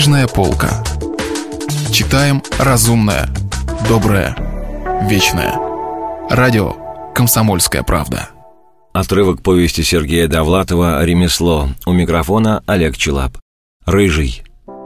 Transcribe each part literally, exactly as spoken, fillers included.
Книжная полка. Читаем разумное, доброе, вечное. Радио «Комсомольская правда». Отрывок повести Сергея Довлатова «Ремесло». У микрофона Олег Челап. Рыжий.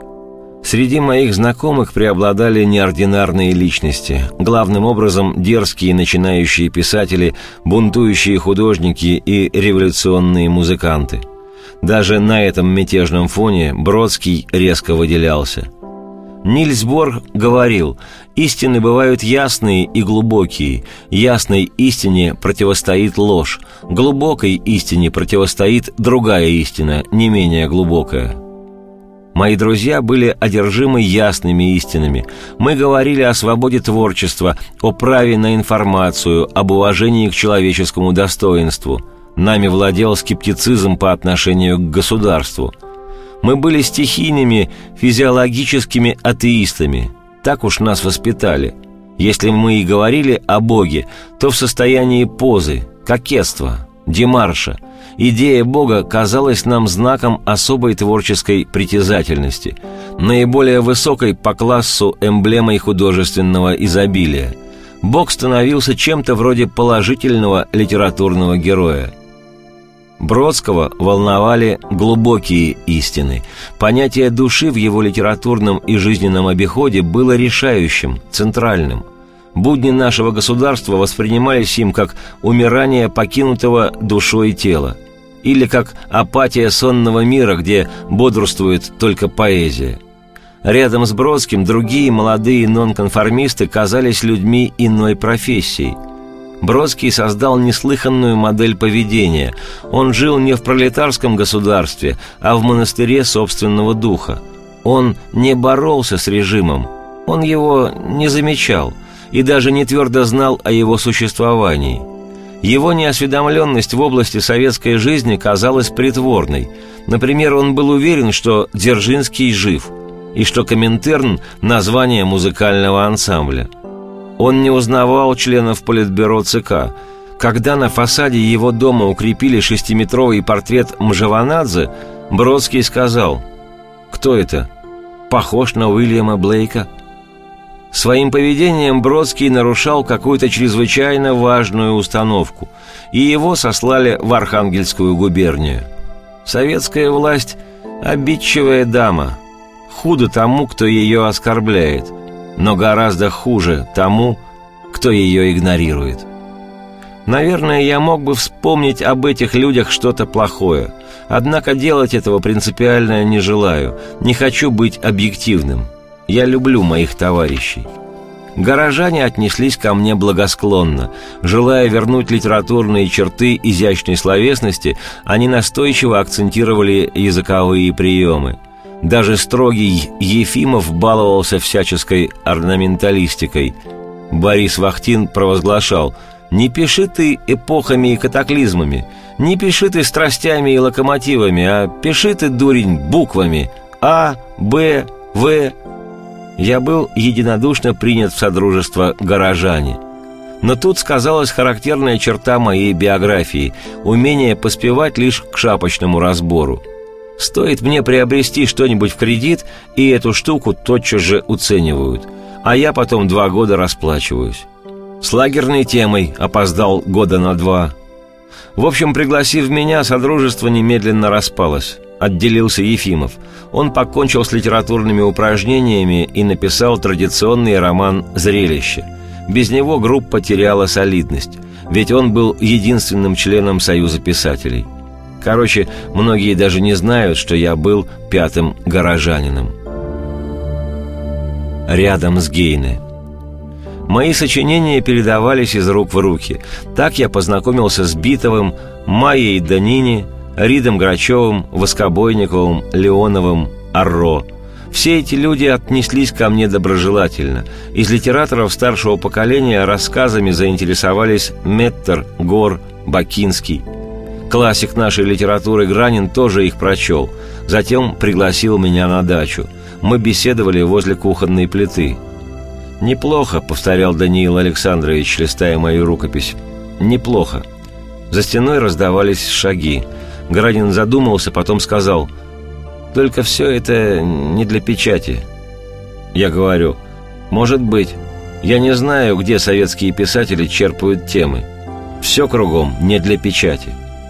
Среди моих знакомых преобладали неординарные личности, главным образом дерзкие начинающие писатели, бунтующие художники и революционные музыканты. Даже на этом мятежном фоне Бродский резко выделялся. Нильс Бор говорил: «Истины бывают ясные и глубокие. Ясной истине противостоит ложь. Глубокой истине противостоит другая истина, не менее глубокая». Мои друзья были одержимы ясными истинами. Мы говорили о свободе творчества, о праве на информацию, об уважении к человеческому достоинству. Нами владел скептицизм по отношению к государству. Мы были стихийными, физиологическими атеистами. Так уж нас воспитали. Если мы и говорили о Боге, то в состоянии позы, кокетства, демарша. Идея Бога казалась нам знаком особой творческой притязательности, наиболее высокой по классу эмблемой художественного изобилия. Бог становился чем-то вроде положительного литературного героя. Бродского волновали глубокие истины. Понятие души в его литературном и жизненном обиходе было решающим, центральным. Будни нашего государства воспринимались им как умирание покинутого душой тела, или как апатия сонного мира, где бодрствует только поэзия. Рядом с Бродским другие молодые нонконформисты казались людьми иной профессии. Бродский создал неслыханную модель поведения. Он жил не в пролетарском государстве, а в монастыре собственного духа. Он не боролся с режимом, он его не замечал и даже не твердо знал о его существовании. Его неосведомленность в области советской жизни казалась притворной. Например, он был уверен, что Дзержинский жив, и что Коминтерн – название музыкального ансамбля. Он не узнавал членов Политбюро ЦК. Когда на фасаде его дома укрепили шестиметровый портрет Мжаванадзе, Бродский сказал: «Кто это? Похож на Уильяма Блейка». Своим поведением Бродский нарушал какую-то чрезвычайно важную установку, и его сослали в Архангельскую губернию. Советская власть – обидчивая дама. Худо тому, кто ее оскорбляет, но гораздо хуже тому, кто ее игнорирует. Наверное, я мог бы вспомнить об этих людях что-то плохое, однако делать этого принципиально не желаю, не хочу быть объективным. Я люблю моих товарищей. Горожане отнеслись ко мне благосклонно. Желая вернуть литературные черты изящной словесности, они настойчиво акцентировали языковые приемы. Даже строгий Ефимов баловался всяческой орнаменталистикой. Борис Вахтин провозглашал: «Не пиши ты эпохами и катаклизмами, не пиши ты страстями и локомотивами, а пиши ты, дурень, буквами А, Б, В». Я был единодушно принят в содружество «Горожане». Но тут сказалась характерная черта моей биографии – умение поспевать лишь к шапочному разбору. Стоит мне приобрести что-нибудь в кредит, и эту штуку тотчас же уценивают, а я потом два года расплачиваюсь. С лагерной темой опоздал года на два. В общем, пригласив меня, содружество немедленно распалось. Отделился Ефимов. Он покончил с литературными упражнениями и написал традиционный роман «Зрелище». Без него группа теряла солидность, ведь он был единственным членом Союза писателей. Короче, многие даже не знают, что я был пятым горожанином. Рядом с Гейне. Мои сочинения передавались из рук в руки. Так я познакомился с Битовым, Майей Данини, Ридом Грачевым, Воскобойниковым, Леоновым, Арро. Все эти люди отнеслись ко мне доброжелательно. Из литераторов старшего поколения рассказами заинтересовались Меттер, Гор, Бакинский. Классик нашей литературы Гранин тоже их прочел. Затем пригласил меня на дачу. Мы беседовали возле кухонной плиты. «Неплохо», — повторял Даниил Александрович, листая мою рукопись. «Неплохо». За стеной раздавались шаги. Гранин задумался, потом сказал: Только все это не для печати. Я говорю: может быть. Я не знаю, где советские писатели черпают темы. Все кругом не для печати.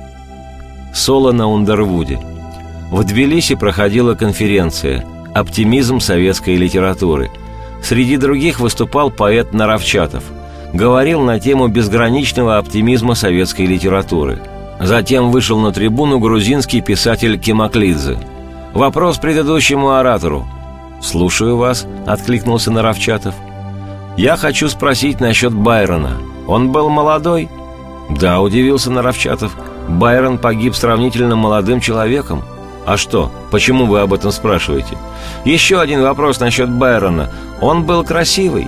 Соло на Ундервуде. В Тбилиси проходила конференция «Оптимизм советской литературы». Среди других выступал поэт Наровчатов. Говорил на тему безграничного оптимизма советской литературы. Затем вышел на трибуну грузинский писатель Кемаклидзе. Вопрос предыдущему оратору. «Слушаю вас», — откликнулся Наровчатов. «Я хочу спросить насчет Байрона. Он был молодой?» «Да», — удивился Наровчатов. «Байрон погиб сравнительно молодым человеком». «А что? Почему вы об этом спрашиваете?» «Еще один вопрос насчет Байрона. Он был красивый?»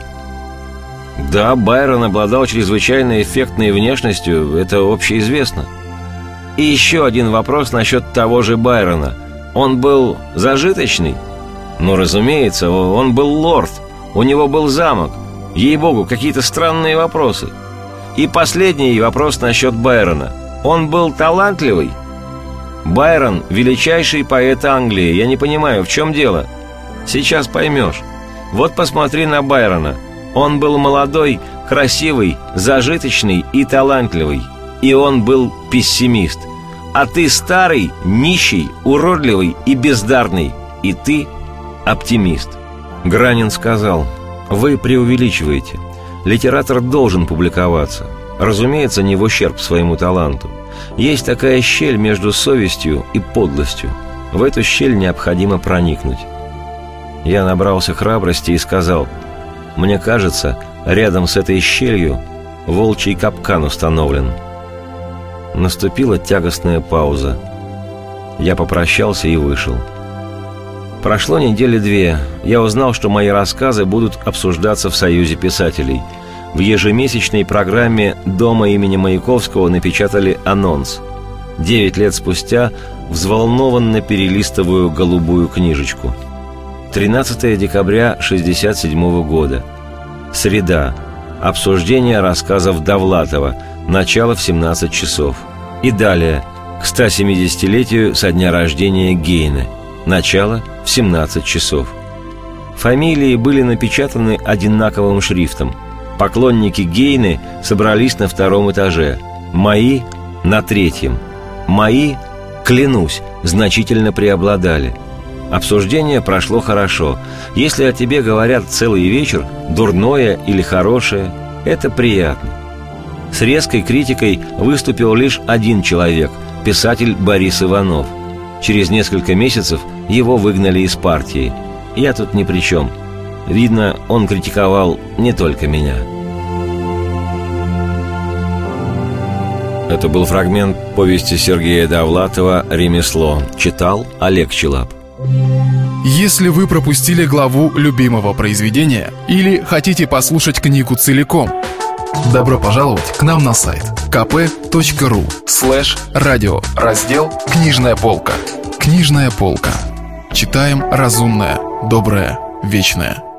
«Да, Байрон обладал чрезвычайно эффектной внешностью, это общеизвестно». «И еще один вопрос насчет того же Байрона. Он был зажиточный?» «Ну, разумеется, он был лорд. У него был замок. Ей-богу, какие-то странные вопросы». «И последний вопрос насчет Байрона. Он был талантливый?» «Байрон – величайший поэт Англии. Я не понимаю, в чем дело?» «Сейчас поймешь. Вот посмотри на Байрона. Он был молодой, красивый, зажиточный и талантливый. И он был пессимист. А ты старый, нищий, уродливый и бездарный. И ты оптимист». Гранин сказал: «Вы преувеличиваете. Литератор должен публиковаться. Разумеется, не в ущерб своему таланту. Есть такая щель между совестью и подлостью. В эту щель необходимо проникнуть». Я набрался храбрости и сказал: «Мне кажется, рядом с этой щелью волчий капкан установлен». Наступила тягостная пауза. Я попрощался и вышел. Прошло недели две. Я узнал, что мои рассказы будут обсуждаться в Союзе писателей. В ежемесячной программе Дома имени Маяковского напечатали анонс. Девять лет спустя взволнованно перелистываю голубую книжечку. тринадцатое декабря шестьдесят седьмого года. Среда. Обсуждение рассказов Довлатова. Начало в семнадцать часов. И далее. К стосемидесятилетию со дня рождения Гейне. Начало в семнадцать часов. Фамилии были напечатаны одинаковым шрифтом. Поклонники Гейне собрались на втором этаже. Мои – на третьем. Мои, клянусь, значительно преобладали. Обсуждение прошло хорошо. Если о тебе говорят целый вечер, дурное или хорошее, это приятно. С резкой критикой выступил лишь один человек – писатель Борис Иванов. Через несколько месяцев его выгнали из партии. Я тут ни при чем. Видно, он критиковал не только меня. Это был фрагмент повести Сергея Довлатова «Ремесло». Читал Олег Челап. Если вы пропустили главу любимого произведения или хотите послушать книгу целиком, добро пожаловать к нам на сайт kp.ru слэш радио, раздел «Книжная полка». Книжная полка. Читаем разумное, доброе, вечное.